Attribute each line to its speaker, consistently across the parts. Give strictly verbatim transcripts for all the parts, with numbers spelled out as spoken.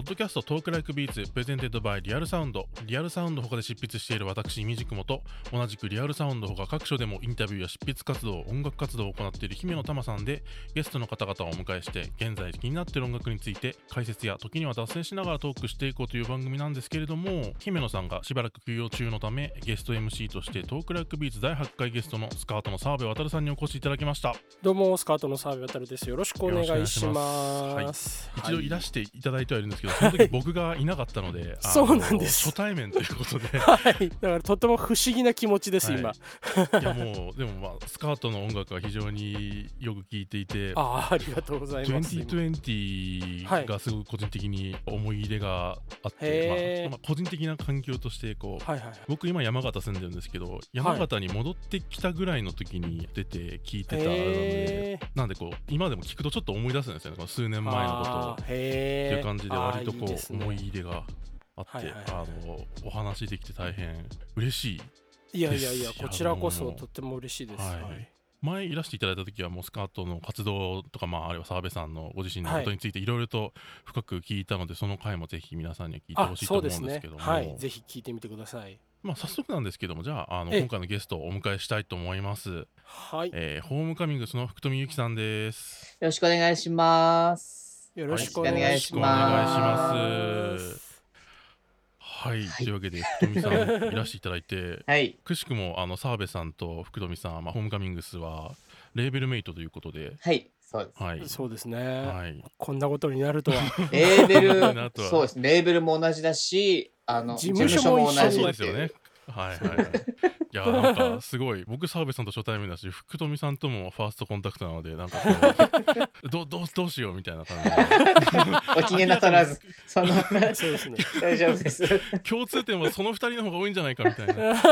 Speaker 1: ドキャストトークライクビーツプレゼンテッドバイリアルサウンド。リアルサウンド他で執筆している私ミジクモと、同じくリアルサウンド他各所でもインタビューや執筆活動、音楽活動を行っている姫野玉さんで、ゲストの方々をお迎えして現在気になっている音楽について解説や時には脱線しながらトークしていこうという番組なんですけれども、姫野さんがしばらく休養中のためゲスト エムシー としてトークライクビーツだいはちかいゲストのスカートの澤部渉さんにお越しいただきました。
Speaker 2: どうもスカートの澤部渉です。よろしくお願いします。
Speaker 1: はい、一度いらしていただいてはいるんですけど、その時僕がいなかったので
Speaker 2: そうなんです、
Speaker 1: 初対面ということで
Speaker 2: はいだからとても不思議な気持ちです、はい、今
Speaker 1: いやもうでもまあスカートの音楽は非常によく聴いていて、
Speaker 2: あ, ありがとうございます。
Speaker 1: にせんにじゅうがすごく個人的に思い入れがあって、はいまあ、個人的な環境としてこう、はいはいはい、僕今山形住んでるんですけど、山形に戻ってきたぐらいの時に出て聴いてたので、なんでこう今でも聞くとちょっと思い出すんですよね、この数年前のことっていう感じで割とこういい、ね、思い入れがあって、はいはいはい、あのお話できて大変嬉しいです。
Speaker 2: いやいやいや、こちらこそとっても嬉しいです。はいはい、
Speaker 1: 前いらしていただいた時はもうスカートの活動とか、まあ、あるいは澤部さんのご自身のことについていろいろと深く聞いたので、はい、その回もぜひ皆さんには聞いてほしいと思うんですけども、
Speaker 2: はい、ぜひ聞いてみてください。
Speaker 1: まあ、早速なんですけども、じゃあ、あの今回のゲストをお迎えしたいと思います。はい、えー、ホームカミングスの福富由紀さんです。
Speaker 3: よろしくお願いします。
Speaker 2: よろしくお願いします。
Speaker 1: はい、はい、というわけで福富さんいらしていただいて、
Speaker 3: はい、
Speaker 1: くしくもあの澤部さんと福富さん、まあ、ホームカミングスはレーベルメイトということで、
Speaker 3: はいそうです、
Speaker 2: はい、そうですね、
Speaker 1: はい、
Speaker 2: こんなことになるとは
Speaker 3: レーベルそうですね、レーベルも同じだし、あの
Speaker 2: 事務所も同じ
Speaker 1: ですよね。はいはいはい。いやなんかすごい、僕澤部さんと初対面だし、福富さんともファーストコンタクトなので、なんかこうど, ど, どうしようみたいな感じで
Speaker 3: お気になさらずその
Speaker 2: そうですね、
Speaker 3: 大丈夫です。
Speaker 1: 共通点はそのふたりの方が多いんじゃないかみたいな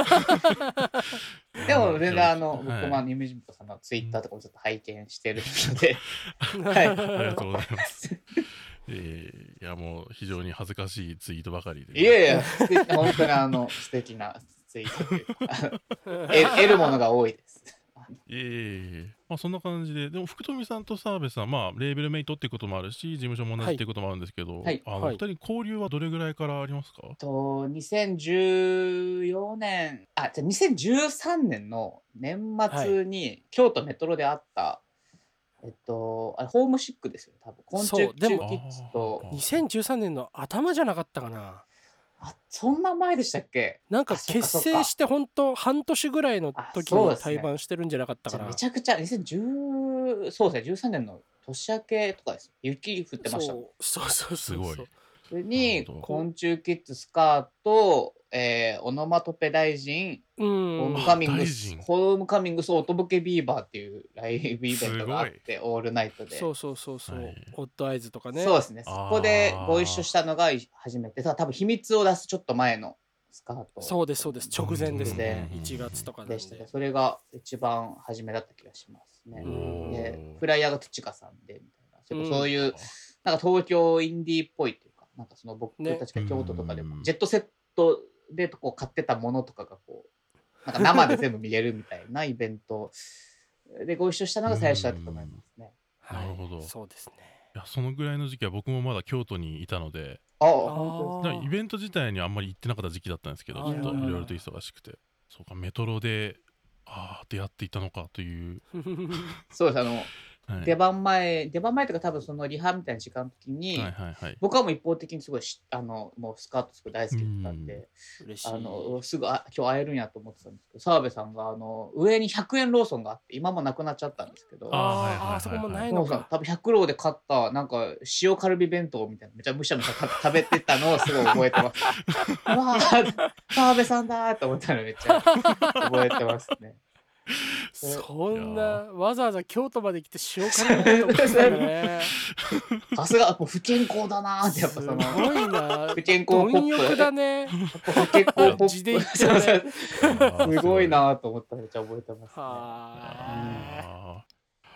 Speaker 3: でも全然あの、はい、僕もニムジムトさんのツイッターとかもちょっと拝見してるので、
Speaker 1: はい、ありがとうございます。えー、いやもう非常に恥ずかしいツイートばかりで、
Speaker 3: いやいや本当にあの素敵なツイートというか得るものが多いです。
Speaker 1: いえいえ、まあ、そんな感じで、でも福富さんと澤部さん、まあ、レーベルメイトっていうこともあるし、事務所も同じっていうこともあるんですけど、はい、あの、はい、ふたり交流はどれぐらいからありますか？
Speaker 3: とにせんじゅうよねん、あ、じゃあにせんじゅうさんねんの年末に京都メトロであった、はい、えっと、あれホームシックですよ、多分。昆虫キッズと。
Speaker 2: にせんじゅうさんねんの頭じゃなかったかな。
Speaker 3: あ、そんな前でしたっけ？
Speaker 2: なんか結成して本当半年ぐらいの時に対バンしてるんじゃなかったかな。
Speaker 3: めちゃくちゃにせんじゅう、そうですね、じゅうさんねんの年明けとかです。雪降ってましたもん。
Speaker 2: そうそうそう、
Speaker 1: すごい。
Speaker 3: それに昆虫キッズスカート、えー、オノマトペ大臣、
Speaker 2: うん、
Speaker 3: ホームカミングス、ホームカミングスオトボケビーバーっていうライブイベントがあって、オールナイトで。
Speaker 2: そうそうそうそう、はい、オッドアイズとかね。
Speaker 3: そうですね。そこでご一緒したのが初めて。多分秘密を出すちょっと前のスカート。
Speaker 2: そうですそうです。直前ですね。いちがつとか
Speaker 3: でしたね。それが一番初めだった気がしますね。で、フライヤーが土香さんでみたいな。そういう、なんか東京インディーっぽいっていうか、なんかその僕たちが京都とかでも、ジェットセットでこう買ってたものとかがこう、なんか生で全部見れるみたいなイベントでご一緒したのが最初だったと思いますね。
Speaker 1: なるほど。
Speaker 2: そうですね。
Speaker 1: いやそのぐらいの時期は僕もまだ京都にいたので、
Speaker 3: ああ本当です
Speaker 1: か。イベント自体にあんまり行ってなかった時期だったんですけど、ちょっといろいろと忙しくて、そうかメトロであ出会っていたのかという
Speaker 3: そうです、あのはい、出番前出番前とか多分そのリハみたいな時間の時に、はいはいはい、僕はもう一方的にすごいあのもうスカートすごい大好きだったんで、嬉しい、あのすぐあ今日会えるんやと思ってたんですけど、澤部さんがあの上にひゃくえんローソンがあって今もなくなっちゃったんですけど、
Speaker 2: ああそこもないのか、
Speaker 3: 多分ひゃくローで買ったなんか塩カルビ弁当みたいなめちゃむしゃむしゃ食べてたのをすごい覚えてますうわー澤部さんだと思ったのめっちゃ覚えてますね。
Speaker 2: そんなわざわざ京都まで来て塩辛いと思ってたんだね。
Speaker 3: さすがもう不健康だなーってやっぱその
Speaker 2: すごいな
Speaker 3: 不健康ポップ
Speaker 2: 貪欲だね。
Speaker 3: 不健康ポップ
Speaker 2: 地で言ってね
Speaker 3: すごいなーと思ったらめっちゃ覚えてますね。
Speaker 2: は
Speaker 1: あ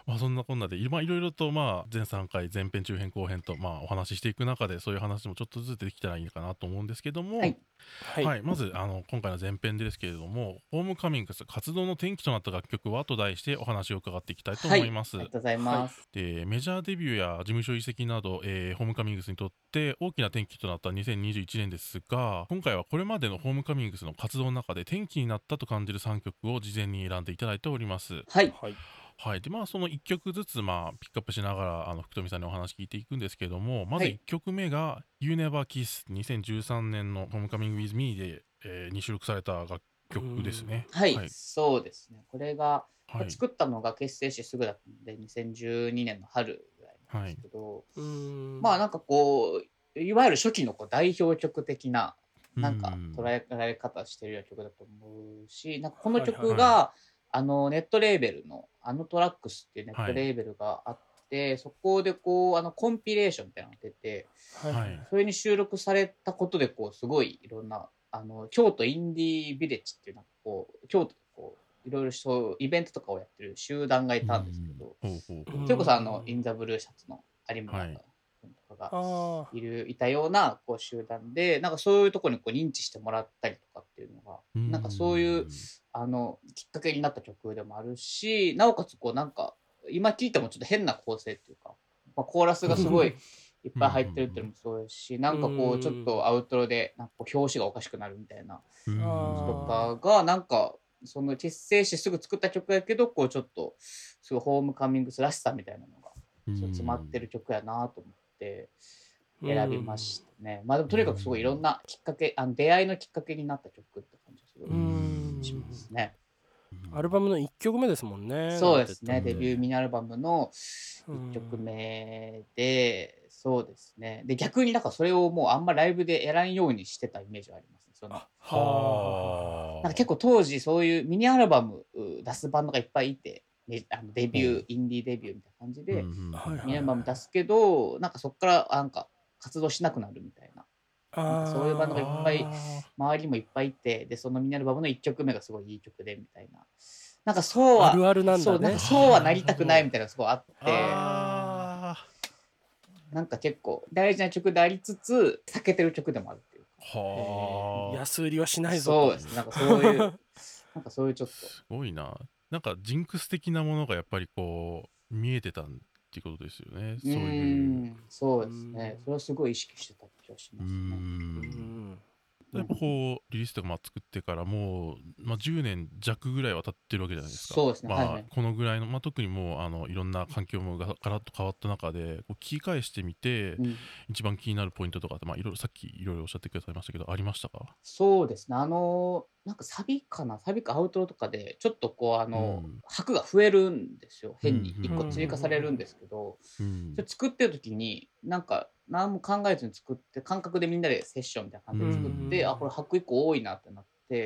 Speaker 1: まあ、そんなこんなでいろいろとまあ全さんかい前編中編後編とまあお話ししていく中でそういう話もちょっとずつできたらいいかなと思うんですけども、
Speaker 3: はい
Speaker 2: はい、
Speaker 1: はい、まずあの今回の前編ですけれどもホームカミングス活動の転機となった楽曲はと題してお話を伺っていきたいと思います。
Speaker 3: はい、ありがとうございます。
Speaker 1: でメジャーデビューや事務所移籍など、えーホームカミングスにとって大きな転機となったにせんにじゅういちねんですが、今回はこれまでのホームカミングスの活動の中で転機になったと感じるさんきょくを事前に選んでいただいております。
Speaker 3: はい
Speaker 2: はい
Speaker 1: はい、でまあそのいっきょくずつまあピックアップしながらあの福富さんにお話聞いていくんですけども、まず
Speaker 3: はい
Speaker 1: いっきょくめが「You Never Kiss」にせんじゅうさんねんの「Homecoming with Me で」えーに収録された楽曲ですね。
Speaker 3: はい、
Speaker 1: はい、
Speaker 3: そうですね。これが、
Speaker 1: はい
Speaker 3: 作ったのが結成してすぐだったのでにせんじゅうにねんの春ぐらいなんですけど、
Speaker 2: うーん
Speaker 3: まあなんかこういわゆる初期のこう代表曲的ななんか
Speaker 1: うん
Speaker 3: 捉えられ方してるような曲だと思うし、なんかこの曲
Speaker 2: はい
Speaker 3: が、
Speaker 1: は
Speaker 3: あのネットレーベルのあのトラックスっていうネットレーベルがあって、そこでこうあのコンピレーションみたいなのが出て、
Speaker 2: はい
Speaker 1: はい
Speaker 3: それに収録されたことでこうすごいいろんなあの京都インディービレッジっていうなんかこう京都でこういろいろそうイベントとかをやってる集団がいたんですけど、
Speaker 1: うんほうほうほう
Speaker 2: うん
Speaker 3: それこそあのインザブルーシャツの有村
Speaker 1: はい
Speaker 3: 君とかが
Speaker 2: あ
Speaker 3: いるいたようなこう集団で、なんかそういうところにこう認知してもらったりとかっていうのが、
Speaker 1: うん
Speaker 3: なんかそういうあのきっかけになった曲でもあるし、なおかつこうなんか今聴いてもちょっと変な構成っていうか、まあ、コーラスがすごいいっぱい入ってるっていうのもそうですし、なんかこうちょっとアウトロでなんかこう表紙がおかしくなるみたいな
Speaker 1: うん
Speaker 3: と
Speaker 2: あ
Speaker 3: かがなんかその結成してすぐ作った曲やけど、こうちょっとすごいホームカミングスらしさみたいなのがそう詰まってる曲やなと思って選びましたね。まあでもとにかくすごいいろんなきっかけ、あの出会いのきっかけになった曲って感じがすご
Speaker 2: うーん
Speaker 3: いしますね。
Speaker 2: アルバムのいっきょくめですもんね。
Speaker 3: そうですね、
Speaker 2: なんて言ったって
Speaker 3: デビューミニアルバムのいっきょくめで、そうですね。で、逆にだからそれをもうあんまライブでやらんようにしてたイメージはありますね。その
Speaker 2: は
Speaker 3: なんか結構当時そういうミニアルバム出すバンドがいっぱいいて、ね、あのデビュー、インディーデビューみたいな感じで、
Speaker 1: うん
Speaker 2: はいはい
Speaker 3: ミニアルバム出すけど、なんかそこからなんか活動しなくなるみたいな。なんかそういうバンドがいっぱい周りにもいっぱいいて、でそのミニアルバムのいっきょくめがすごいいい曲でみたいな、なんかそうは
Speaker 2: あるあるなんだね
Speaker 3: そうなんかそうはなりたくないみたいなのがすごいあって、
Speaker 1: あ
Speaker 3: なんか結構大事な曲でありつつ避けてる曲でもあるっていうか、
Speaker 1: ーはあ
Speaker 2: 安売りはしないぞと。
Speaker 3: そうですね、なんかそういうなんかそういうちょっと
Speaker 1: すごいな。なんかジンクス的なものがやっぱりこう見えてたっていうことですよね。そういう。
Speaker 3: んそうですね
Speaker 2: うん、
Speaker 3: それはすごい意識してた気がし
Speaker 1: う
Speaker 3: ますね。
Speaker 2: うんん
Speaker 1: やっぱこうリリースとかまあ作ってからもう、まあ、じゅうねん弱ぐらいは経ってるわけじゃないですか。
Speaker 3: そうですね
Speaker 1: まあ
Speaker 3: はいはい
Speaker 1: このぐらいの、まあ、特にもうあのいろんな環境もがガラッと変わった中でこう聞き返してみて、
Speaker 3: うん
Speaker 1: 一番気になるポイントとかって、まあ、いろいろさっきいろいろおっしゃってくださいましたけどありましたか？
Speaker 3: そうですね、あのなんかサビかなサビかアウトロとかでちょっとこうあの、
Speaker 1: うん
Speaker 3: 拍が増えるんですよ、変に
Speaker 1: うん
Speaker 3: いっこ追加されるんですけど、
Speaker 1: うん
Speaker 3: それ作ってる時になんか何も考えずに作って感覚でみんなでセッションみたいな感じで作って、
Speaker 2: うん
Speaker 3: あこれ拍いっこ多いなってなって、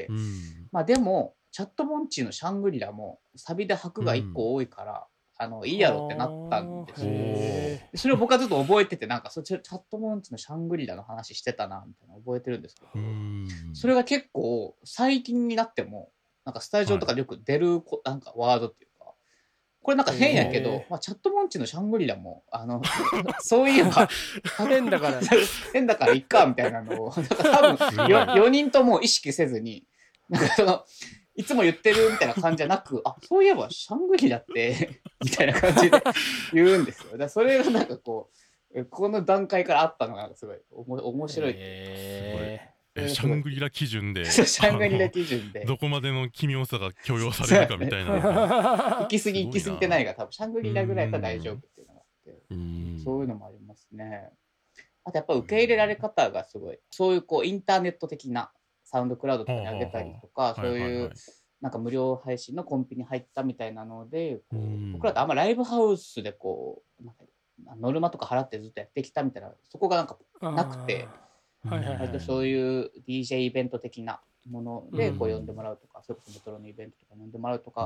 Speaker 1: うん
Speaker 3: まあでもチャットモンチーのシャングリラもサビで拍がいっこ多いから、あのいいやろってなったんですよ。
Speaker 2: へ
Speaker 3: それを僕はずっと覚えてて、なんかそチャットモンチのシャングリラの話してたなみたいな覚えてるんですけど、
Speaker 1: うん
Speaker 3: それが結構最近になってもなんかスタジオとかでよく出るこ、なんかワードっていうか、これなんか変やけど、
Speaker 2: へー
Speaker 3: まあ、チャットモンチのシャングリラもあのそういえば
Speaker 2: 変だから
Speaker 3: 変だからいっかみたいなのをなんか多分
Speaker 1: すごい
Speaker 3: よよにんとも意識せずになんかそのいつも言ってるみたいな感じじゃなく、あそういえばシャングリラってみたいな感じで言うんですよ。だからそれがなんかこうこの段階からあったのがなんかすごいおも面白い。
Speaker 2: へ
Speaker 1: えシャングリラ基準で
Speaker 3: シャングリラ基準で
Speaker 1: あのどこまでの奇妙さが許容されるかみたいなのが
Speaker 3: 行き過ぎ行き過ぎてないが多分シャングリラぐらいだったら大丈夫っていうのがあって、
Speaker 1: うん
Speaker 3: そういうのもありますね。あとやっぱ受け入れられ方がすごい、そういうこうインターネット的なサウンドクラウドとかに上げたりとか、そういうなんか無料配信のコンピに入ったみたいなので、こう僕らってあんまライブハウスでこうなんかノルマとか払ってずっとやってきたみたいな、そこがなんかなくて、
Speaker 2: はいはいはい
Speaker 3: 割とそういう ディージェー イベント的なものでこう呼んでもらうとか、うん、それこそメトロのイベントとか呼んでもらうとか、うん、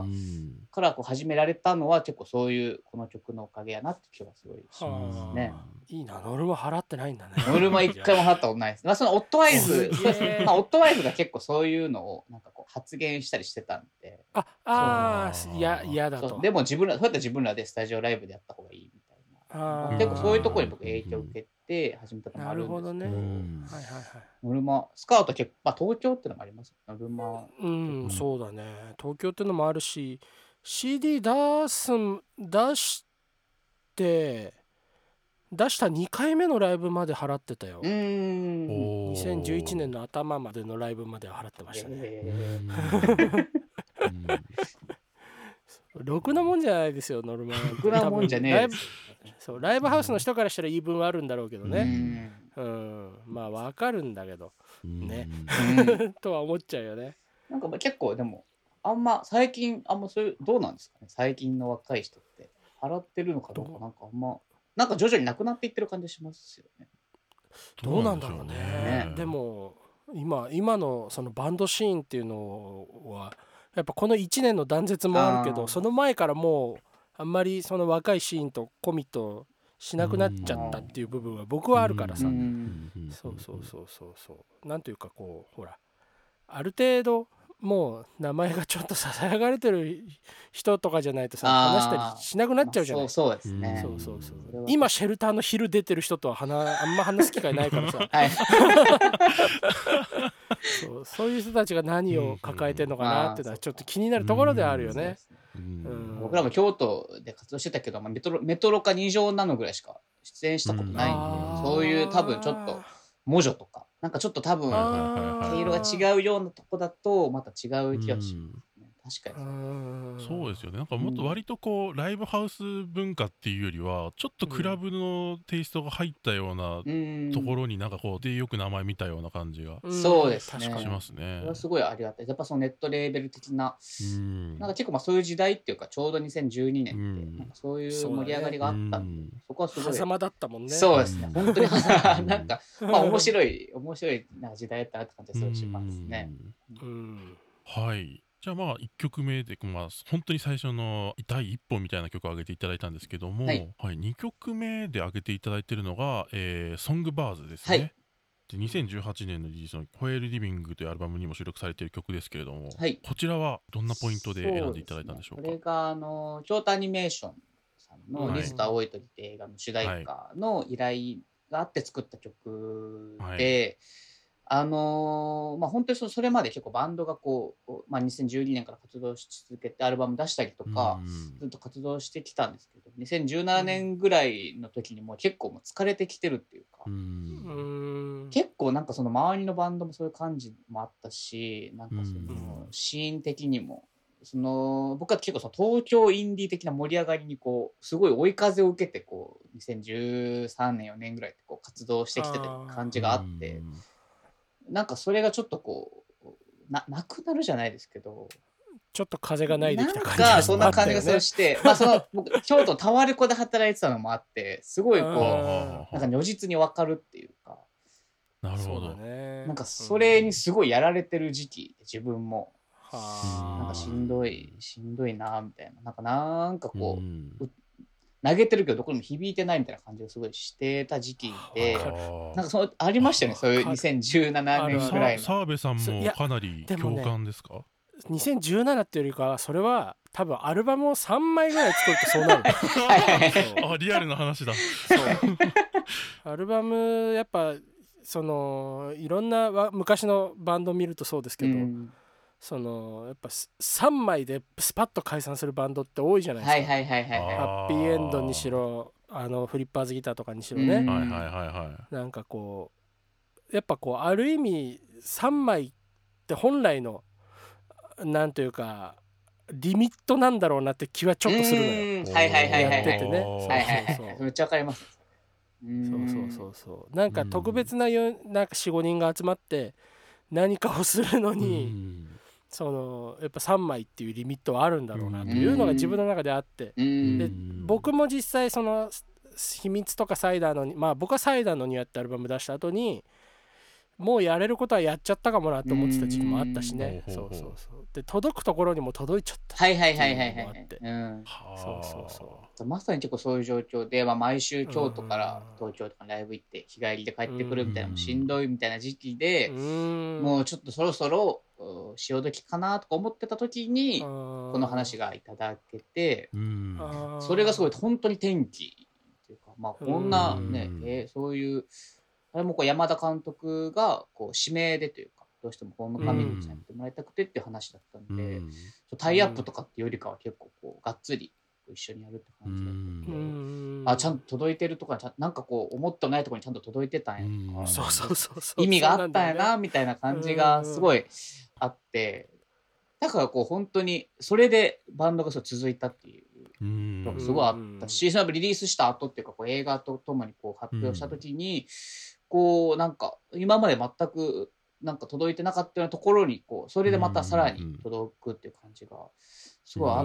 Speaker 3: からこう始められたのは結構そういうこの曲のおかげやなって気がすごいしますね。
Speaker 2: いいな、ノルマ払ってないんだね。
Speaker 3: ノルマ一回も払ったことないです。まあそのオットワイズ、まあオットワイズが結構そういうのをなんかこう発言したりしてたんで、
Speaker 2: ああいや嫌だと。
Speaker 3: でも自分らそうやって自分らでスタジオライブでやった方がいいみたいな。結構そういうところに僕影響を受けて始めたのもあるんですけど、
Speaker 2: なるほどね。はいはいはい。
Speaker 3: ノルマスカウト結構、まあ、東京ってのもありますノルマ。
Speaker 2: うん、そうだね。東京ってのもあるし、シーディー 出す出して出したにかいめのライブまで払ってたよ。
Speaker 3: うーん
Speaker 2: にせんじゅういちねんの頭までのライブまでは払ってましたね。えー、ろくなもんじゃないですよノルマ。
Speaker 3: ろくなもんじゃねえです。
Speaker 2: そうライブハウスの人からしたら言い分はあるんだろうけどね。うん、うん、まあわかるんだけどねとは思っちゃうよね。
Speaker 3: なんか結構でもあんま最近あんまそういうどうなんですかね、最近の若い人って払ってるのかどうか、なんかあんまなんか徐々になくなっていってる感じしますよね。
Speaker 2: どうなんだろうね。ねでも今今のそのバンドシーンっていうのはやっぱこのいちねんの断絶もあるけど、その前からもうあんまりその若いシーンとコミットしなくなっちゃったっていう部分は僕はあるからさ。そうそうそうそうそうなんというかこうほらある程度もう名前がちょっとささやかれてる人とかじゃないとさ話したりしなくなっちゃうじゃない。
Speaker 3: まあ、そうそうですね。
Speaker 2: そうそうそう。今シェルターの昼出てる人とは話あんま話す機会ないからさ。はい、そうそういう人たちが何を抱えてるのかなっていうのはちょっと気になるところではあるよね。
Speaker 3: うん、僕らも京都で活動してたけど、まあ、メトロメトロかに乗なのぐらいしか出演したことないんで、そういう多分ちょっとモジョとかなんかちょっと多分毛色が違うようなとこだとまた違う気がしますね。確かに
Speaker 1: そうですよね。なんかもっと割とこうライブハウス文化っていうよりはちょっとクラブのテイストが入ったようなところになんかこうでよく名前見たような感じが
Speaker 3: そうですね
Speaker 1: しますね。
Speaker 3: それはすごいありがたい。やっぱそのネットレーベル的ななんか結構まあそういう時代っていうかちょうどにせんじゅうにねんってなんかそういう盛り上がりがあったんで、そこはすごい
Speaker 2: 狭間だったもんね。
Speaker 3: そうですね。本当になんかまあ面白い面白いな時代だったなって感じがすごいしますね。
Speaker 1: はい。じゃあまあいっきょくめで、まあ、本当に最初の第一歩みたいな曲を上げていただいたんですけども、はいはい、にきょくめで上げていただいているのが、えー、ソングバーズですね。はい、でにせんじゅうはちねんのリリースの「ホエール・リビング」というアルバムにも収録されている曲ですけれども、はい、こちらはどんなポイントで選んでいただいたんでしょうか。
Speaker 3: そうですね、これがあの京都アニメーションさんの「リズと青い鳥」って映画の主題歌の依頼があって作った曲で、はいあのーまあ、本当に そ, それまで結構バンドがこう、まあ、にせんじゅうにねんから活動し続けてアルバム出したりとかずっと活動してきたんですけど、にせんじゅうななねんぐらいの時にもう結構もう疲れてきてるっていうか、うん結構なんかその周りのバンドもそういう感じもあったし、なんかそのシーン的にもその僕は結構その東京インディー的な盛り上がりにこうすごい追い風を受けてこうにせんじゅうさんねんよねんぐらいってこう活動してきてた感じがあって、なんかそれがちょっとこう な, なくなるじゃないですけど
Speaker 2: ちょっと風がないできた感じ
Speaker 3: が、ね、なんかそんな感じがそうして、まあその僕京都のタワレコで働いてたのもあってすごいこうなんか如実に分かるっていうか、
Speaker 1: なるほど、
Speaker 3: ね、なんかそれにすごいやられてる時期自分も、うん、なんかしんどいしんどいなみたいな、なんかなんかこう、うん投げてるけどどこにも響いてないみたいな感じをすごいしてた時期で、なんかそうありましたよね、そういうにせんじゅうななねんぐらいの。
Speaker 1: 澤部さんもかなり共感ですか？
Speaker 2: ね、にせんじゅうななっていうよりかはそれは多分アルバムをさんまいぐらい作るとそうなる
Speaker 1: あ、リアルな話だ。
Speaker 2: そうアルバムやっぱそのいろんな昔のバンド見るとそうですけど、うんそのやっぱさんまいでスパッと解散するバンドって多いじゃないですか。
Speaker 3: はいはいはいはい、
Speaker 2: ハッピーエンドにしろあのフリッパーズギターとかにしろね、うん、はいはいはいはいなんかこうやっぱこうある意味さんまいって本来のなんというかリミットなんだろうなって気はちょっとするのよ。
Speaker 3: はいはいはいはい
Speaker 2: やっててね。
Speaker 3: そうそうそうめっちゃわかります。
Speaker 2: そうそうそうそうなんか特別なよなんか よん,ご 人が集まって何かをするのにそのやっぱさんまいっていうリミットはあるんだろうなというのが自分の中であって、で僕も実際その秘密とかサイダーのまあ僕はサイダーの庭ってアルバム出した後にもうやれることはやっちゃったかもなと思ってた時期もあったしね。
Speaker 1: うん
Speaker 2: そうそうそうで届くところにも届いちゃった
Speaker 3: はいはいはいはい
Speaker 2: っていうのもあって
Speaker 3: はい。うん。
Speaker 2: そうそうそう
Speaker 3: まさに結構そういう状況で、まあ、毎週京都から東京とかライブ行って日帰りで帰ってくるみたいなのもしんどいみたいな時期で、もうちょっとそろそろ潮時かなとか思ってた時にこの話がいただけて、それがすごい本当に転機っていうか、まあこんなね、えー、そういうあれもこう山田監督がこう指名でというかどうしてもホームカミングさんやってもらいたくてっていう話だったんで、タイアップとかっていうよりかは結構こうがっつり一緒にやるって感じだったんで、あちゃんと届いてるとかなんかこう思ってもないところにちゃんと届いてたんやとか、
Speaker 2: そうそうそうそう
Speaker 3: 意味があったんやなみたいな感じがすごいあって、だからこう本当にそれでバンドがそう続いたっていうのがすごいあったし、それリリースした後っていうかこう映画とともにこう発表した時にこうなんか今まで全くなんか届いてなかったようなところにこうそれでまたさらに届くっていう感じがすごいあって、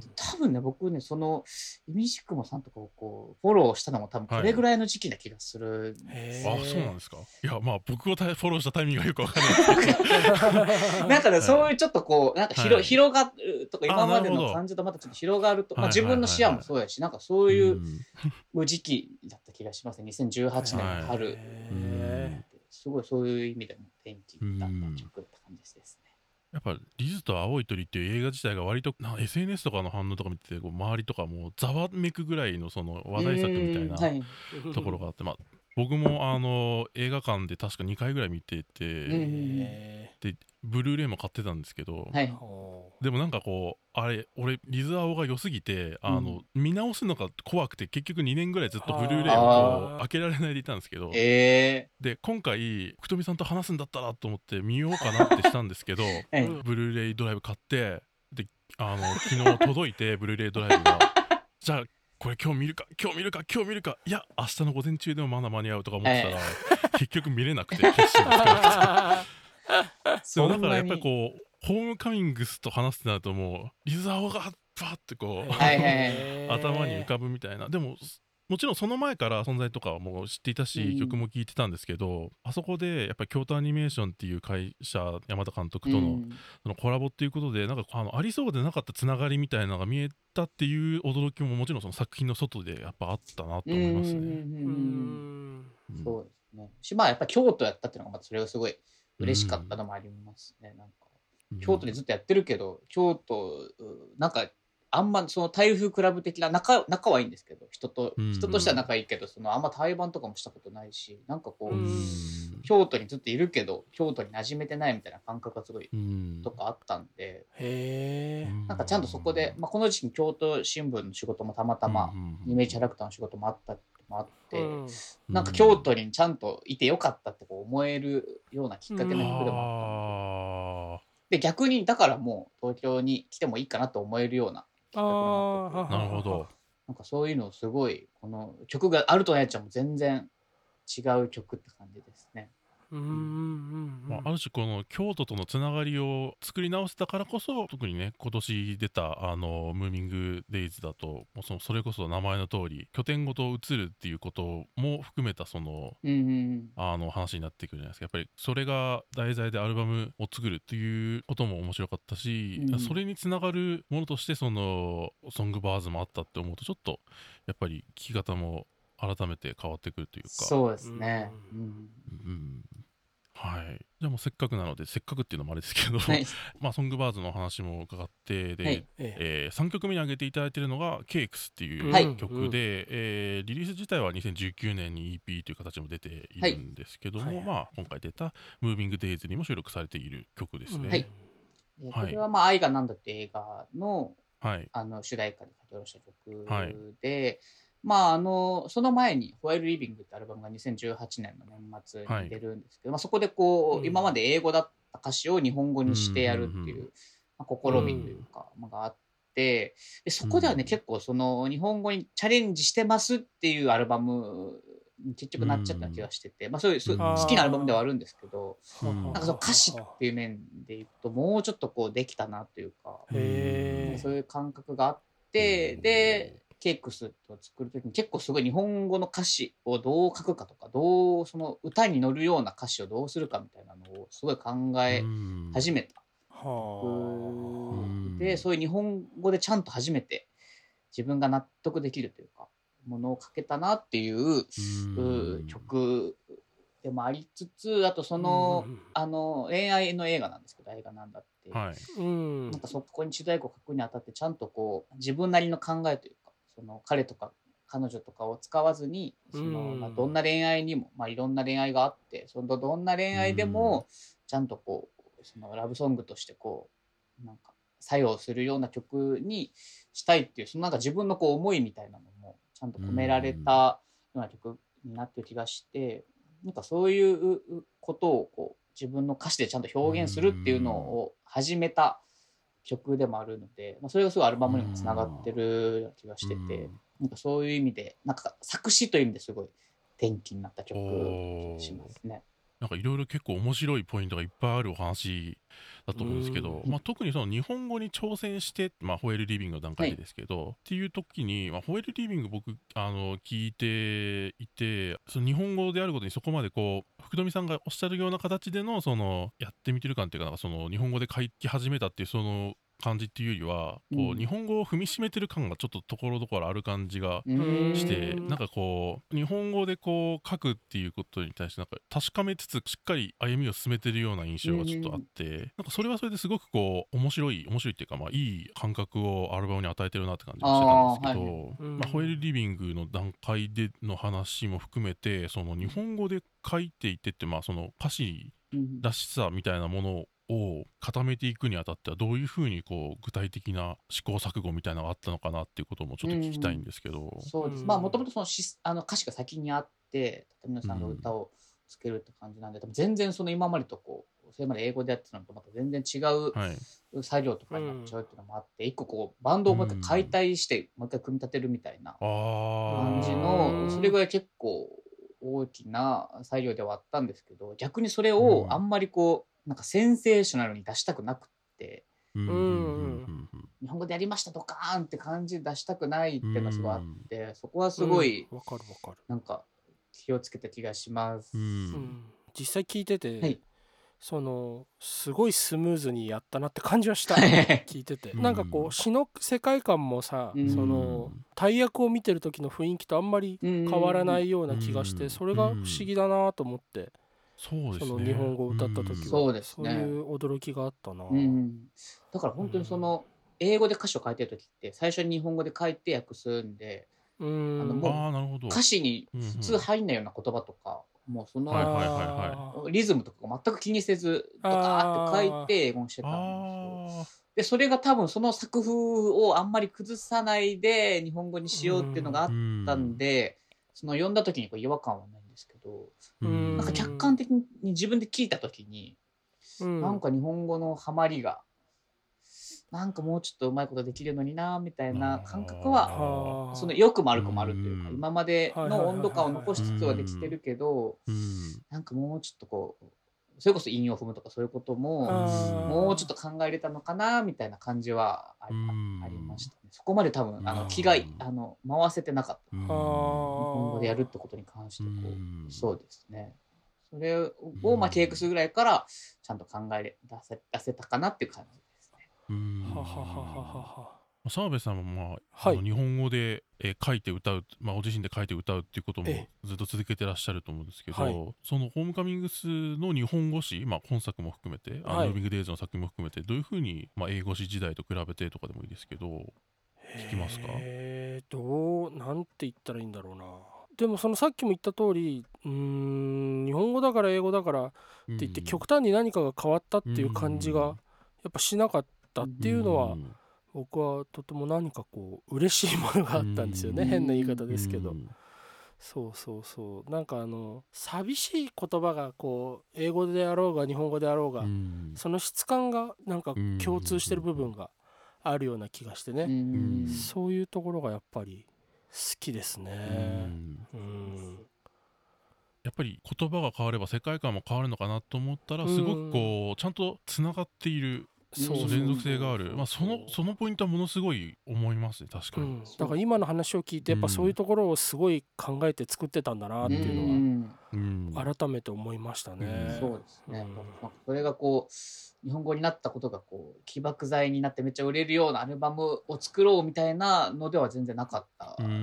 Speaker 3: 多分ね僕ねそのイミジクモさんとかをこうフォローしたのも多分これぐらいの時期な気がする、
Speaker 1: はい、あそうなんですか。いやまあ僕をフォローしたタイミングがよくわからないですけどなん
Speaker 3: かねそういうちょっとこうなんか広、はい、広がるとか今までの感じとまたちょっと広がると、まあ、自分の視野もそうやし、なんかそういう時期だった気がしますね。にせんじゅうはちねんの春、はい、すごいそういう意味でも転機だった曲って感じですね。
Speaker 1: やっぱリズと青い鳥っていう映画自体が割と エスエヌエス とかの反応とか見ててこう周りとかもうざわめくぐらいのその話題作みたいなところがあって、まあ僕もあの映画館で確かにかいぐらい見てて、でブルーレイも買ってたんですけど、はい、でもなんかこうあれ俺リズ青が良すぎてあの、うん、見直すのが怖くて結局にねんぐらいずっとブルーレイをこう開けられないでいたんですけど、
Speaker 3: えー、
Speaker 1: で今回福富さんと話すんだったらと思って見ようかなってしたんですけど、はい、ブルーレイドライブ買ってであの昨日届いてブルーレイドライブがじゃあこれ今日見るか今日見るか今日見るかいや明日の午前中でもまだ間に合うとか思ってたら、えー、結局見れなくて決心がつかなくてそうだからやっぱりこうホームカミングスと話すってなるともうリズ青がバーってこう頭に浮かぶみたいな。でももちろんその前から存在とかも知っていたし、うん、曲も聴いてたんですけど、あそこでやっぱり京都アニメーションっていう会社山田監督との、うん、そのコラボっていうことでなんかあのありそうでなかったつながりみたいなのが見えたっていう驚きももちろんその作品の外でやっぱあったなと思いますね。
Speaker 3: そうですね。しまあやっぱ京都やったっていうのがまたそれがすごい嬉しかったのもありますね。うん、なんか京都でずっとやってるけど、京都なんかあんまその台風クラブ的な 仲, 仲はいいんですけど人と人としては仲いいけど、そのあんま対バンとかもしたことないし、なんかこう、うん、京都にずっといるけど京都に馴染めてないみたいな感覚がすごい、うん、とかあったんで、へなんかちゃんとそこで、まあ、この時期に京都新聞の仕事もたまたまイメージキャラクターの仕事もあったってもあって、うん、なんか京都にちゃんといてよかったってこう思えるようなきっかけの曲でもあったんで、で逆にだからもう東京に来てもいいかなと思えるような
Speaker 1: あなるほど。
Speaker 3: なんかそういうのをすごいこの曲があるとやっちゃんも全然違う曲って感じですね。
Speaker 1: うんうんうんまあ、ある種この京都とのつながりを作り直せたからこそ特にね今年出たあのムービングデイズだともうそのそれこそ名前の通り拠点ごと移るっていうことも含めたその、うんうん、あの話になってくるじゃないですか。やっぱりそれが題材でアルバムを作るっていうことも面白かったし、うん、それにつながるものとしてそのソングバーズもあったって思うとちょっとやっぱり聴き方も改めて変わってくるというか。
Speaker 3: そうですね、うんうん
Speaker 1: うんはい、じゃあもうせっかくなのでせっかくっていうのもあれですけど、はい、まあソングバーズの話も伺ってで、はいえー、さんきょくめに挙げていただいているのがケークスっていう曲で、はいえー、リリース自体はにせんじゅうきゅうねんに イーピー という形も出ているんですけども、はいまあ、今回出た「ムービングデイズ」にも収録されている曲ですね。はい
Speaker 3: これはまあ愛がなんだって映画 の,、はい、あの主題歌で書き下ろした曲で、はいまあ、あのその前に「ホワイル・リビング」ってアルバムがにせんじゅうはちねんの年末に出るんですけど、はいまあ、そこでこう、うん、今まで英語だった歌詞を日本語にしてやるっていう、うんまあ、試みというか、うん、があってでそこではね、うん、結構その日本語にチャレンジしてますっていうアルバムに結局なっちゃった気がしてて、うんまあ、そういう、そういう好きなアルバムではあるんですけど、うん、なんかその歌詞っていう面でいくともうちょっとこうできたなというか、へそういう感覚があってでケークスを作るときに結構すごい日本語の歌詞をどう書くかとか、どうその歌に乗るような歌詞をどうするかみたいなのをすごい考え始めた曲で、そういう日本語でちゃんと初めて自分が納得できるというかものを書けたなっていう曲でもありつつ、あとそのあの恋愛の映画なんですけど、映画なんだって、はい、なんかそこに主題歌を書くにあたってちゃんとこう自分なりの考えというか、その彼とか彼女とかを使わずに、そのまあどんな恋愛にも、まあ、いろんな恋愛があって、そのどんな恋愛でもちゃんとこうそのラブソングとしてこうなんか作用するような曲にしたいっていう、そのなんか自分のこう思いみたいなのもちゃんと込められたような曲になってる気がして、なんかそういうことをこう自分の歌詞でちゃんと表現するっていうのを始めた曲でもあるので、まあ、それがすごいアルバムにもつながってるような気がしてて、なんかそういう意味でなんか作詞という意味ですごい転機になった曲しますね。
Speaker 1: なんかいろいろ結構面白いポイントがいっぱいあるお話だと思うんですけど、まあ、特にその日本語に挑戦して、まあ、ホエールリビングの段階でですけど、はい、っていう時に、まあ、ホエールリビング僕あの聞いていて、その日本語であることにそこまでこう福富さんがおっしゃるような形でのそのやってみてる感っていうか、なんかその日本語で書き始めたっていうその感じっていうよりは、こう、うん、日本語を踏みしめてる感がちょっとところどころある感じがして、んなんかこう日本語でこう書くっていうことに対してなんか確かめつつしっかり歩みを進めてるような印象がちょっとあって、なんかそれはそれですごくこう面白い面白いっていうか、まあいい感覚をアルバムに与えてるなって感じがしてたんですけど、はい、まあ、ホエールリビングの段階での話も含めて、その日本語で書いていてって、まあその歌詞らしさみたいなものをを固めていくにあたってはどういうふうにこう具体的な試行錯誤みたいなのがあったのかなっていうこともちょっと聞きたいんですけど、
Speaker 3: うん、そうです。まあもともとそのしあの歌詞が先にあって竹野さんが歌をつけるって感じなんで、うん、多分全然その今までとこうそれまで英語でやってたのとまた全然違う作業とかになっちゃうっていうのもあって、はい、一個こうバンドをもう一回解体してもう一回組み立てるみたいな感じの、それぐらい結構大きな作業ではあったんですけど、逆にそれをあんまりこうなんかセンセーショナルに出したくなくって、うん、日本語でやりましたドカーンって感じ出したくないっていうのがすごいあって、そこはすごい、
Speaker 2: うん、わかるわかる、
Speaker 3: なんか気をつけた気がします、うん
Speaker 2: うん、実際聞いてて、はい、そのすごいスムーズにやったなって感じはした聞いてて、なんかこう詩の世界観もさ、うん、その大役を見てる時の雰囲気とあんまり変わらないような気がして、それが不思議だなと思って、
Speaker 1: そうですね、
Speaker 2: その日本語を歌った時は、うん、そうですね、そういう驚きがあったな、
Speaker 3: うん、だから本当にその英語で歌詞を書いてる時って最初に日本語で書いて訳すんで、
Speaker 2: うん、
Speaker 3: あのもう歌詞に普通入んないような言葉とか、うんうん、もうそのリズムとか全く気にせずとかって書いて英語にしてたんですよ。でそれが多分その作風をあんまり崩さないで日本語にしようっていうのがあったんで、うん、その読んだ時にこう違和感はないんですけど、うん、なんか客観的に自分で聞いた時に、うん、なんか日本語のハマりがなんかもうちょっとうまいことできるのになみたいな感覚はその良くも悪くもあるというか、今までの温度感を残しつつはできてるけど、なんかもうちょっとこうそれこそ韻を踏むとかそういうことももうちょっと考えれたのかなみたいな感じはあり、ありましたね。そこまで多分あの気があの回せてなかった、日本語でやるってことに関してこう、そうですね、それをまあケークするぐらいからちゃんと考え出せ、出せたかなっていう感じですね。
Speaker 1: うーん、ははははは澤部さんも、まあはい、あの日本語で、えー、書いて歌う、まあ、ご自身で書いて歌うっていうこともずっと続けてらっしゃると思うんですけど、はい、そのホームカミングスの日本語詞、まあ、本作も含めて、はい、あのムービングデイズの作品も含めてどういうふうに、まあ、英語詞時代と比べてとかでもいいですけど聞きますか？
Speaker 2: えー、どうなんて言ったらいいんだろうな。でもそのさっきも言った通り、うーん日本語だから英語だからって言って極端に何かが変わったっていう感じがやっぱしなかったっていうのは、僕はとても何かこう嬉しいものがあったんですよね。変な言い方ですけど、そうそうそう、なんかあの寂しい言葉がこう英語であろうが日本語であろうが、その質感がなんか共通してる部分があるような気がしてね、そういうところがやっぱり好きですね。うん、
Speaker 1: やっぱり言葉が変われば世界観も変わるのかなと思ったら、すごくこうちゃんとつながっている
Speaker 2: そうそう
Speaker 1: 連続性がある、まあ、そのそのポイントはものすごい思いますね確かに、うん、
Speaker 2: だから今の話を聞いてやっぱそういうところをすごい考えて作ってたんだなっていうのは改めて思いましたね、
Speaker 3: うんうん、そうですね、うん、それがこう日本語になったことがこう起爆剤になってめっちゃ売れるようなアルバムを作ろうみたいなのでは全然なかったですね。うん、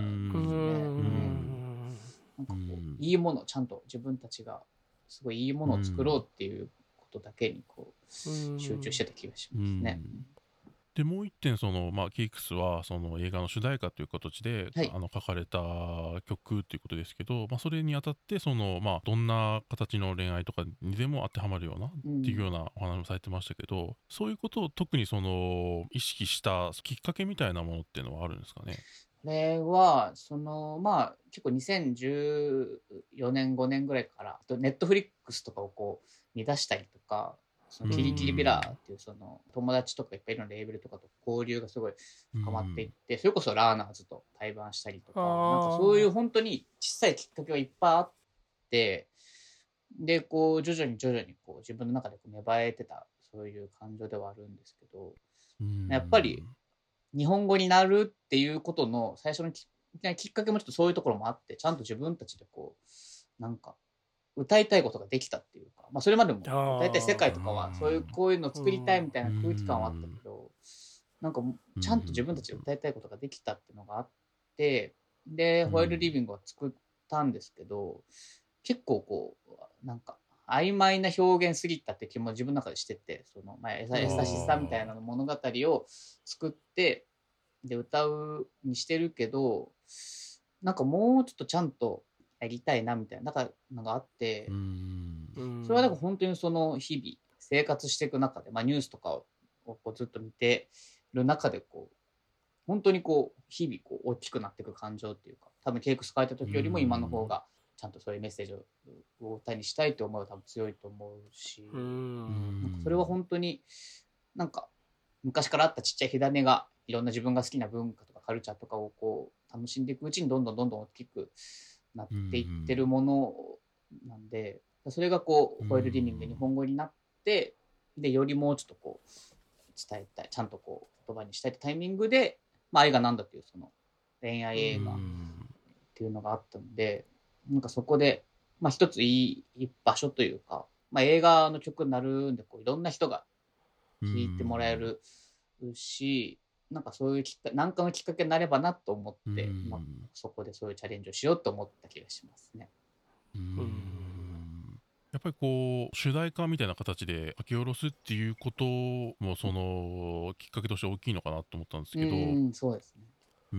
Speaker 3: なんかこういいものちゃんと自分たちがすごいいいものを作ろうっていうことだけにこう集中してた気がしますね。
Speaker 1: でもう一点その、まあ、ケイクスはその映画の主題歌という形で、はい、あの書かれた曲ということですけど、まあ、それにあたってその、まあ、どんな形の恋愛とかにでも当てはまるようなっていうようなお話もされてましたけど、うん、そういうことを特にその意識したきっかけみたいなものっていうのはあるんですかね。
Speaker 3: これはそのまあ結構にせんじゅうよねんごねんぐらいからネットフリックスとかをこう見出したりとか、そのキリキリビラーっていうその友達とかいっぱいいろんなレーベルとかと交流がすごい深まっていって、それこそラーナーズと対バンしたりとか、なんかそういう本当に小さいきっかけがいっぱいあって、でこう徐々に徐々にこう自分の中でこう芽生えてたそういう感情ではあるんですけど、やっぱり日本語になるっていうことの最初の き, きっかけもちょっとそういうところもあって、ちゃんと自分たちでこうなんか歌いたいことができたっていうか、まあ、それまでも歌いたい世界とかはそういうこういうのを作りたいみたいな空気感はあったけど、なんかちゃんと自分たちで歌いたいことができたっていうのがあって、でホワイルリビングは作ったんですけど、結構こうなんか曖昧な表現すぎたって気も自分の中でしてて、その、まあ、優しさみたいな物語を作ってで歌うにしてるけど、なんかもうちょっとちゃんとやりたいなみたいなのがあって、うん、それはだから本当にその日々生活していく中で、まあ、ニュースとかをこうずっと見てる中でこう本当にこう日々こう大きくなっていく感情っていうか、多分ケイクス書いた時よりも今の方がちゃんとそういうメッセージを歌にしたいと思う多分強いと思うし、うん、なんかそれは本当になんか昔からあったちっちゃい火種がいろんな自分が好きな文化とかカルチャーとかをこう楽しんでいくうちにどんどんどんどん大きくなっていってるものなんで、それがこうホイールリビングで日本語になって、でよりもうちょっとこう伝えたい、ちゃんとこう言葉にしたいってタイミングで、まあ、愛がなんだっていうその恋愛映画っていうのがあったので、なんかそこで、まあ、一ついい場所というか、まあ、映画の曲になるんでこういろんな人が聴いてもらえるし、なんかそういうきっか何かのきっかけになればなと思って、まあ、そこでそういうチャレンジをしようと思った気がしますね。うん、
Speaker 1: やっぱりこう主題歌みたいな形で書き下ろすっていうこともそのきっかけとして大きいのかなと思ったんですけど、うん、
Speaker 3: そうですね。
Speaker 1: うん、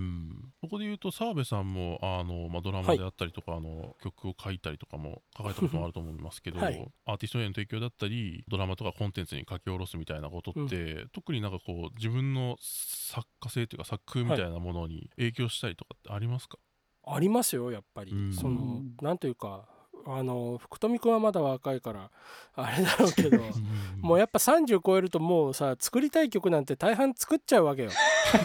Speaker 1: そこで言うと澤部さんもあの、まあ、ドラマであったりとか、はい、あの曲を書いたりとかも書かれたこともあると思いますけど、はい、アーティストへの提供だったりドラマとかコンテンツに書き下ろすみたいなことって、うん、特になんかこう自分の作家性というか作風みたいなものに影響したりとかってありますか？
Speaker 2: はい、ありますよやっぱり、うん、そのなんというかあの福富君はまだ若いからあれだろうけどもうやっぱさんじゅう超えるともうさ作りたい曲なんて大半作っちゃうわけよ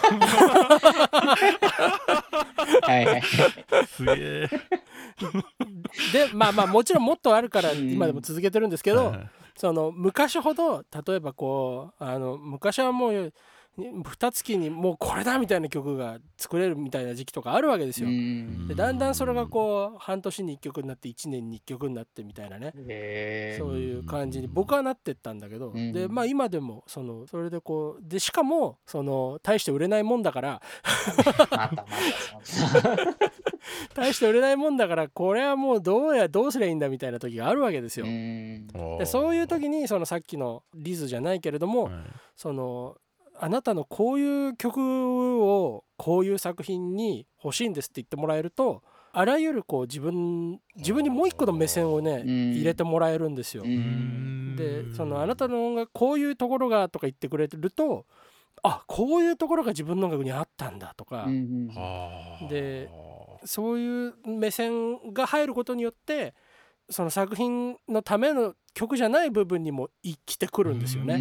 Speaker 3: はいはい
Speaker 1: すげえ
Speaker 2: でまあまあもちろんもっとあるから今でも続けてるんですけど、その昔ほど例えばこうあの昔はもう二月にもうこれだみたいな曲が作れるみたいな時期とかあるわけですよ。でだんだんそれがこう半年にいっきょくになっていちねんにいっきょくになってみたいなね、そういう感じに僕はなってったんだけど、でまあ今でもそのそれでこうでしかもその大して売れないもんだから大して売れないもんだからこれはもうどうやどうすりゃいいんだみたいな時があるわけですよ。でそういう時にそのさっきのリズじゃないけれども、そのあなたのこういう曲をこういう作品に欲しいんですって言ってもらえると、あらゆるこう自分自分にもう一個の目線をね入れてもらえるんですよ。でそのあなたの音楽こういうところがとか言ってくれると、あこういうところが自分の音楽にあったんだとか、でそういう目線が入ることによってその作品のための曲じゃない部分にも生きてくるんですよね。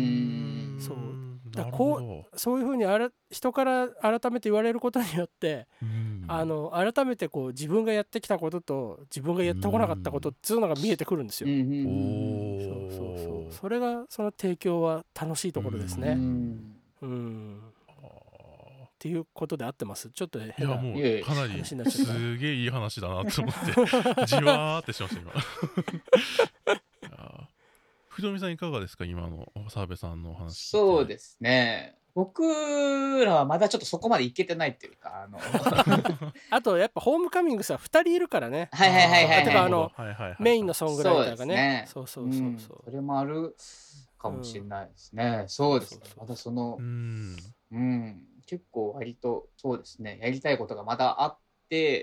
Speaker 2: そうだこうそういうふうにあら人から改めて言われることによって、 あの改めてこう自分がやってきたことと自分がやってこなかったことっていうのが見えてくるんですよ。そうそうそう。それがその提供は楽しいところですね。うんうんっていうことで合ってます。ちょっと変な話になっちゃった。
Speaker 1: いやもうかなりすげえいい話だなと思ってじわーってしました今藤富さんいかがですか今の澤部さんのお話。
Speaker 3: そうですね、僕らはまだちょっとそこまでいけてないっていうか、あの
Speaker 2: あとやっぱホームカミングスはふたりいるからね。
Speaker 3: はいはいはいはい、
Speaker 2: てかあのメインのソングライターがね。
Speaker 3: そうそうそうそう、うん、それもあるかもしれないですね、うん、そうですね。まだそのうん、うん、結構割とそうですね、やりたいことがまだあって、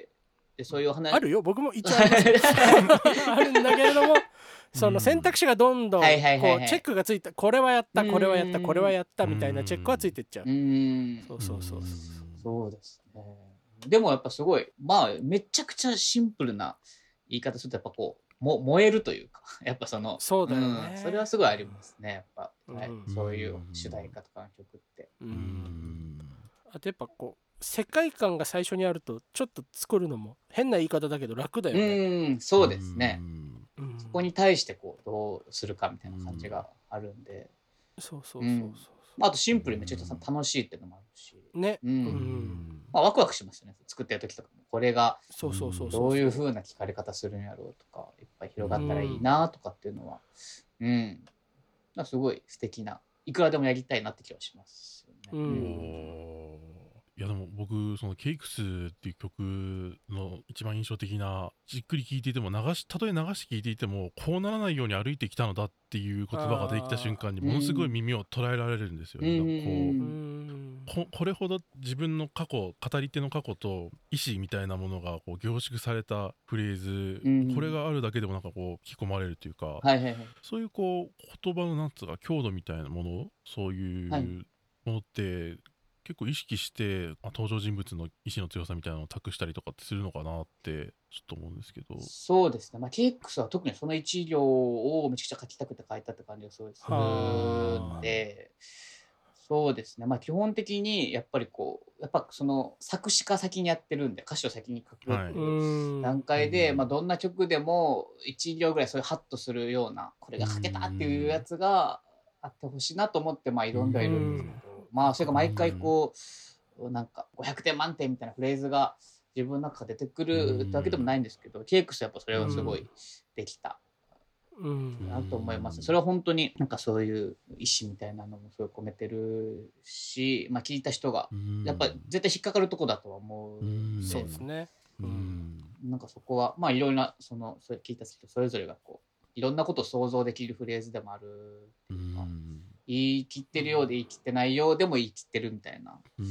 Speaker 3: でそういう話
Speaker 2: あるよ、僕も一応ありますあるんだけれども、その選択肢がどんどんこうチェックがついた、これはやったこれはやったこれはやったみたいなチェックはついてっちゃう。うんそうそうそう
Speaker 3: そうですね。でもやっぱすごいまあめちゃくちゃシンプルな言い方するとやっぱこうも燃えるというか、やっぱその
Speaker 2: そうだよね、
Speaker 3: うん、それはすごいありますねやっぱ、はい、そういう主題歌とかの曲って。
Speaker 2: うんあとやっぱこう世界観が最初にあるとちょっと作るのも変な言い方だけど楽だよね。
Speaker 3: うんそうですね。うんそこに対してこうどうするかみたいな感じがあるんで、
Speaker 2: そうそうそうそう、うん
Speaker 3: あとシンプルにめちゃくちゃ楽しいっていうのもあるし
Speaker 2: ね、
Speaker 3: うんうんまあ、ワクワクしますよね作ってる時とかも。これがどういう風な聞かれ方するんやろうとかいっぱい広がったらいいなとかっていうのはうんすごい素敵ないくらでもやりたいなって気はしますよね。うん
Speaker 1: いやでも僕そのケイクスっていう曲の一番印象的なじっくり聴いていても流したとえ流して聴いていてもこうならないように歩いてきたのだっていう言葉ができた瞬間にものすごい耳を捉えられるんですよね。なんかこう こ, これほど自分の過去語り手の過去と意思みたいなものがこう凝縮されたフレーズこれがあるだけでもなんかこう引き込まれるというか、
Speaker 3: はいはいはい、
Speaker 1: そういうこう言葉のなんつうか強度みたいなものそういうものって、はい結構意識して登場人物の意志の強さみたいなのを託したりとかってするのかなってちょっと思うんですけど。
Speaker 3: そうですね、まあ、ケイクスは特にその一行をめちゃくちゃ書きたくて書いたって感じがすごいするんで、そうですね、まあ、基本的にやっぱりこうやっぱその作詞家先にやってるんで歌詞を先に書くっていう段階で、はいまあ、どんな曲でも一行ぐらいそういうハッとするようなこれが書けたっていうやつがあってほしいなと思ってまあ挑んではいるんですけど。まあそれが毎回こうなんかごひゃくてん満点みたいなフレーズが自分の中から出てくるってわけでもないんですけど、ケイクスやっぱそれはすごいできたなと思います。それは本当になんかそういう意思みたいなのもすごい込めてるし、まあ聞いた人がやっぱ絶対引っかかるとこだとは思うんで、
Speaker 2: そうですね。
Speaker 3: なんかそこはまあいろいろなそのそれ聞いた人それぞれがこういろんなことを想像できるフレーズでもあるっていうか。言い切ってるようで言い切ってないようでも言い切ってるみたいな、うん、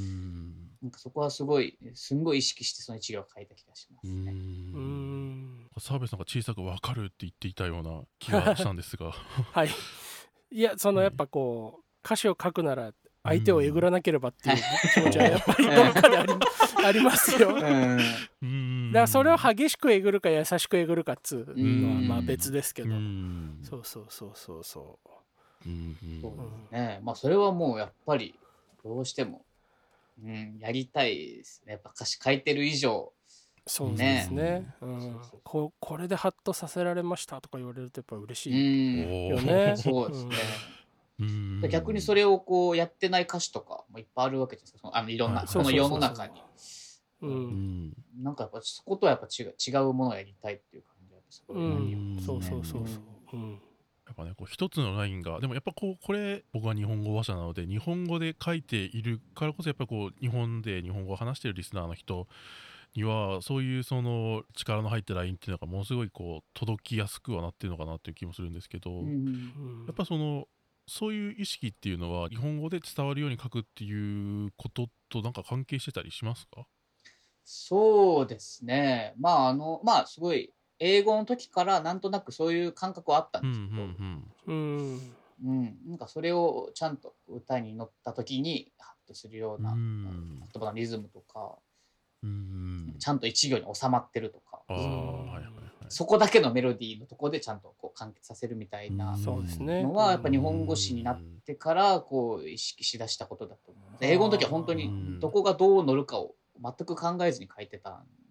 Speaker 3: なんかそこはすごいすんごい意識してその一行を書いた気がしますね。
Speaker 1: うん澤部さんが小さく分かるって言っていたような気がしたんですが
Speaker 2: はいいやそのやっぱこう歌詞を書くなら相手をえぐらなければっていう気持ちはやっぱりどっかであり、ありますよ。だからそれを激しくえぐるか優しくえぐるかっつうのはまあ別ですけど、そうそうそうそうそう
Speaker 3: うんうん、そうですね、まあそれはもうやっぱりどうしても、うん、やりたいですね。やっぱ歌詞書いてる以上
Speaker 2: そうですね、うん、こ, これでハッとさせられましたとか言われるとやっぱ嬉しいよね。
Speaker 3: そうですね、うん、逆にそれをこうやってない歌詞とかもいっぱいあるわけですよ。そのあのいろんな、はい、この世の中になんかやっぱそことはやっぱ違う、違うものをやりたいっていう感じがすごいありますね。
Speaker 2: そうそうそうそう、うん
Speaker 1: やっぱね、こう一つのラインがでもやっぱこうこれ僕は日本語話者なので日本語で書いているからこそやっぱこう日本で日本語を話しているリスナーの人にはそういうその力の入ったラインっていうのがものすごいこう届きやすくはなってるのかなっていう気もするんですけど、うん、やっぱそのそういう意識っていうのは日本語で伝わるように書くっていうこととなんか関係してたりしますか？
Speaker 3: そうですね、まああのまあすごい英語の時からなんとなくそういう感覚はあったんですけど、うん、うん、なんかそれをちゃんと歌に乗った時にハッとするような言葉のリズムとか、うん、ちゃんと一行に収まってるとか、うん、そこだけのメロディーのところでちゃんとこう完結させるみたいなのはやっぱ日本語詞になってからこう意識しだしたことだと思います。英語の時は本当にどこがどう乗るかを全く考えずに書いてた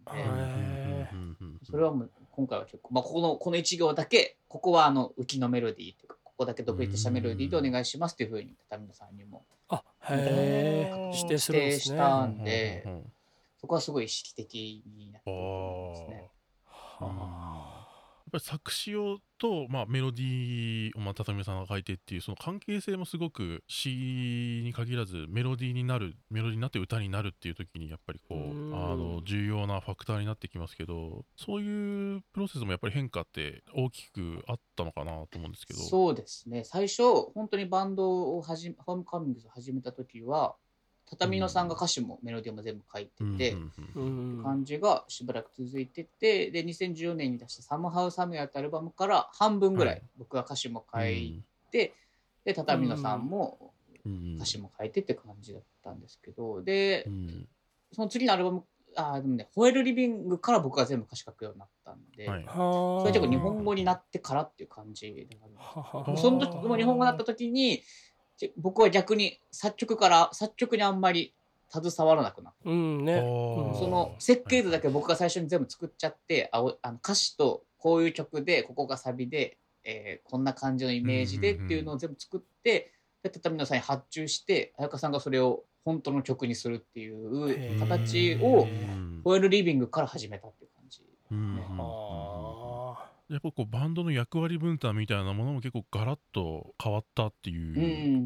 Speaker 3: それはもう今回は結構、まあ、ここのこのいち行だけここはあの浮きのメロディーというかここだけ独立したメロディーでお願いしますっていうふうに畳野さんにも
Speaker 2: あへえ指定するんですね。
Speaker 3: 指定したんで、うんうんうん、そこはすごい意識的になってると思いますね。
Speaker 1: やっぱり作詞をと、まあ、メロディーを、まあ、畳野さんが書いてっていうその関係性もすごく詩に限らずメロディーになるメロディーになって歌になるっていう時にやっぱりこうあの重要なファクターになってきますけど、そういうプロセスもやっぱり変化って大きくあったのかなと思うんですけど。
Speaker 3: そうですね、最初本当にバンドを始めホームカミングスを始めた時は畳野さんが歌詞もメロディーも全部書いてて、うん、感じがしばらく続いてて、でにせんじゅうよねんに出した「サムハウサムヤ」ってアルバムから半分ぐらい僕が歌詞も書いて、うん、で畳野さんも歌詞も書いてって感じだったんですけど、で、うん、その次のアルバムあでもね「ホエールリビング」から僕が全部歌詞書くようになったんで、はい、それ結構日本語になってからっていう感じであるんです。その時も日本語になった時に僕は逆に作曲から作曲にあんまり携わらなくなった、
Speaker 2: うんね、
Speaker 3: その設計図だけ僕が最初に全部作っちゃってああの歌詞とこういう曲でここがサビで、えー、こんな感じのイメージでっていうのを全部作って、で畳野さんに発注して彩香さんがそれを本当の曲にするっていう形をホエールリビングから始めたっていう感じ、ね、
Speaker 1: やっぱこうバンドの役割分担みたいなものも結構ガラッと変わったっていう、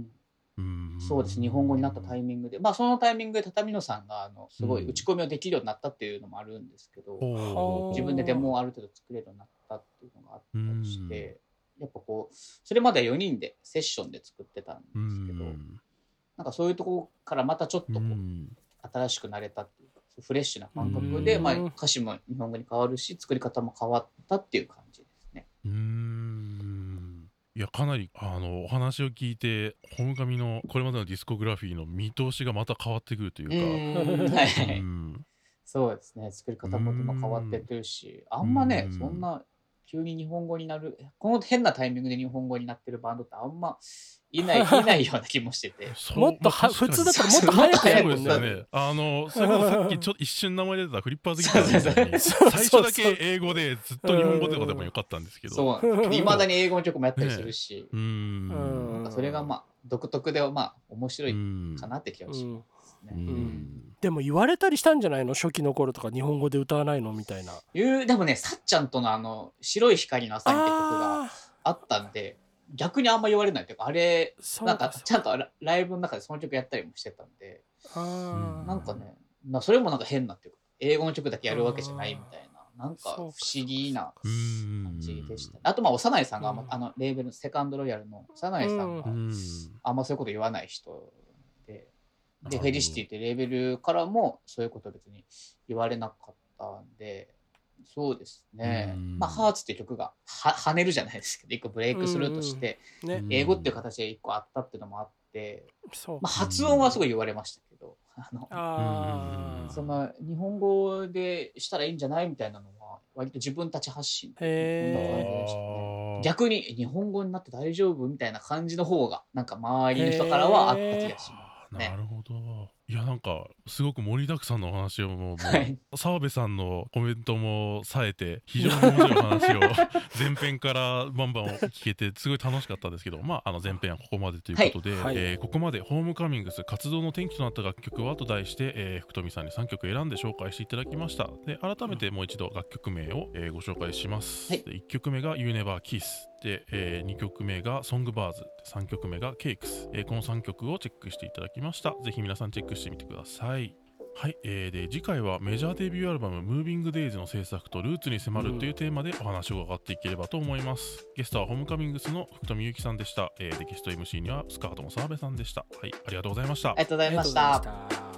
Speaker 3: うん、そうです。日本語になったタイミングで、まあそのタイミングで畳野さんがあのすごい打ち込みをできるようになったっていうのもあるんですけど、うん、自分でデモをある程度作れるようになったっていうのがあったりして、うん、やっぱこうそれまではよにんでセッションで作ってたんですけど、うん、なんかそういうところからまたちょっとこう、うん、新しくなれたっていうかフレッシュな感覚で、うん、まあ、歌詞も日本語に変わるし作り方も変わったっていう感じですね。
Speaker 1: うーん、いやかなりあのお話を聞いてホームカミのこれまでのディスコグラフィーの見通しがまた変わってくるというか、
Speaker 3: うんはい、うん、そうですね、作り方も今変わってってるし、あんまねそんな急に日本語になるこの変なタイミングで日本語になってるバンドってあんまいないいないような気もしてて
Speaker 2: もっとは普通だったらもっと早くやるもんね。
Speaker 1: あのそれこそさっきちょっと一瞬名前出てたフリッパーズギターみたいに最初だけ英語でずっと日本語とかでもよかったんですけど、
Speaker 3: そういまだに英語の曲もやったりするし、ね、うんそれがまあ独特でまあ面白いかなって気がしますね。うんうん、
Speaker 2: でも言われたりしたんじゃないの初期の頃とか日本語で歌わないのみたいな。
Speaker 3: でもねさっちゃんとのあの白い光の朝にって曲があったんで逆にあんま言われないというか、あれなんかちゃんとライブの中でその曲やったりもしてたんで、なんかねそれもなんか変なっていうか英語の曲だけやるわけじゃないみたいな、なんか不思議な感じでした。あとまあ幼いさんが、うん、あのレーベルセカンドロイヤルの幼いさんがあんまそういうこと言わない人で、でフェリシティってレーベルからもそういうこと別に言われなかったんで、そうですね、まあハーツっていう曲がは跳ねるじゃないですけど一個ブレイクスルーとして英語っていう形で一個あったっていうのもあって、まあ、発音はすごい言われましたけど、あのあその日本語でしたらいいんじゃないみたいなのは割と自分たち発信こんな感じでしたね。逆に日本語になって大丈夫みたいな感じの方がなんか周りの人からはあった気がします。
Speaker 1: なるほど。いやなんかすごく盛りだくさんのお話をもう、はい、澤部さんのコメントも冴えて非常に面白い話を前編からバンバン聞けてすごい楽しかったですけど、まああの前編はここまでということで、はい、えー、ここまでホームカミングス活動の転機となった楽曲はと題して、えー、福富さんにさんきょく選んで紹介していただきました。で改めてもう一度楽曲名を、えー、ご紹介します。はい、でいっきょくめが You Never Kissで、えー、にきょくめが Songbirds さんきょくめが Cakes、えー、このさんきょくをチェックしていただきました。ぜひ皆さんチェックしてみてください。はい、えー、で次回はメジャーデビューアルバム Moving Days の制作とルーツに迫るというテーマでお話を伺っていければと思います。ゲストはホームカミングスの福富ゆきさんでした。えー、でゲスト エムシー にはスカートの澤部さんでした。はい、ありがとうございました。
Speaker 3: ありがとうございました。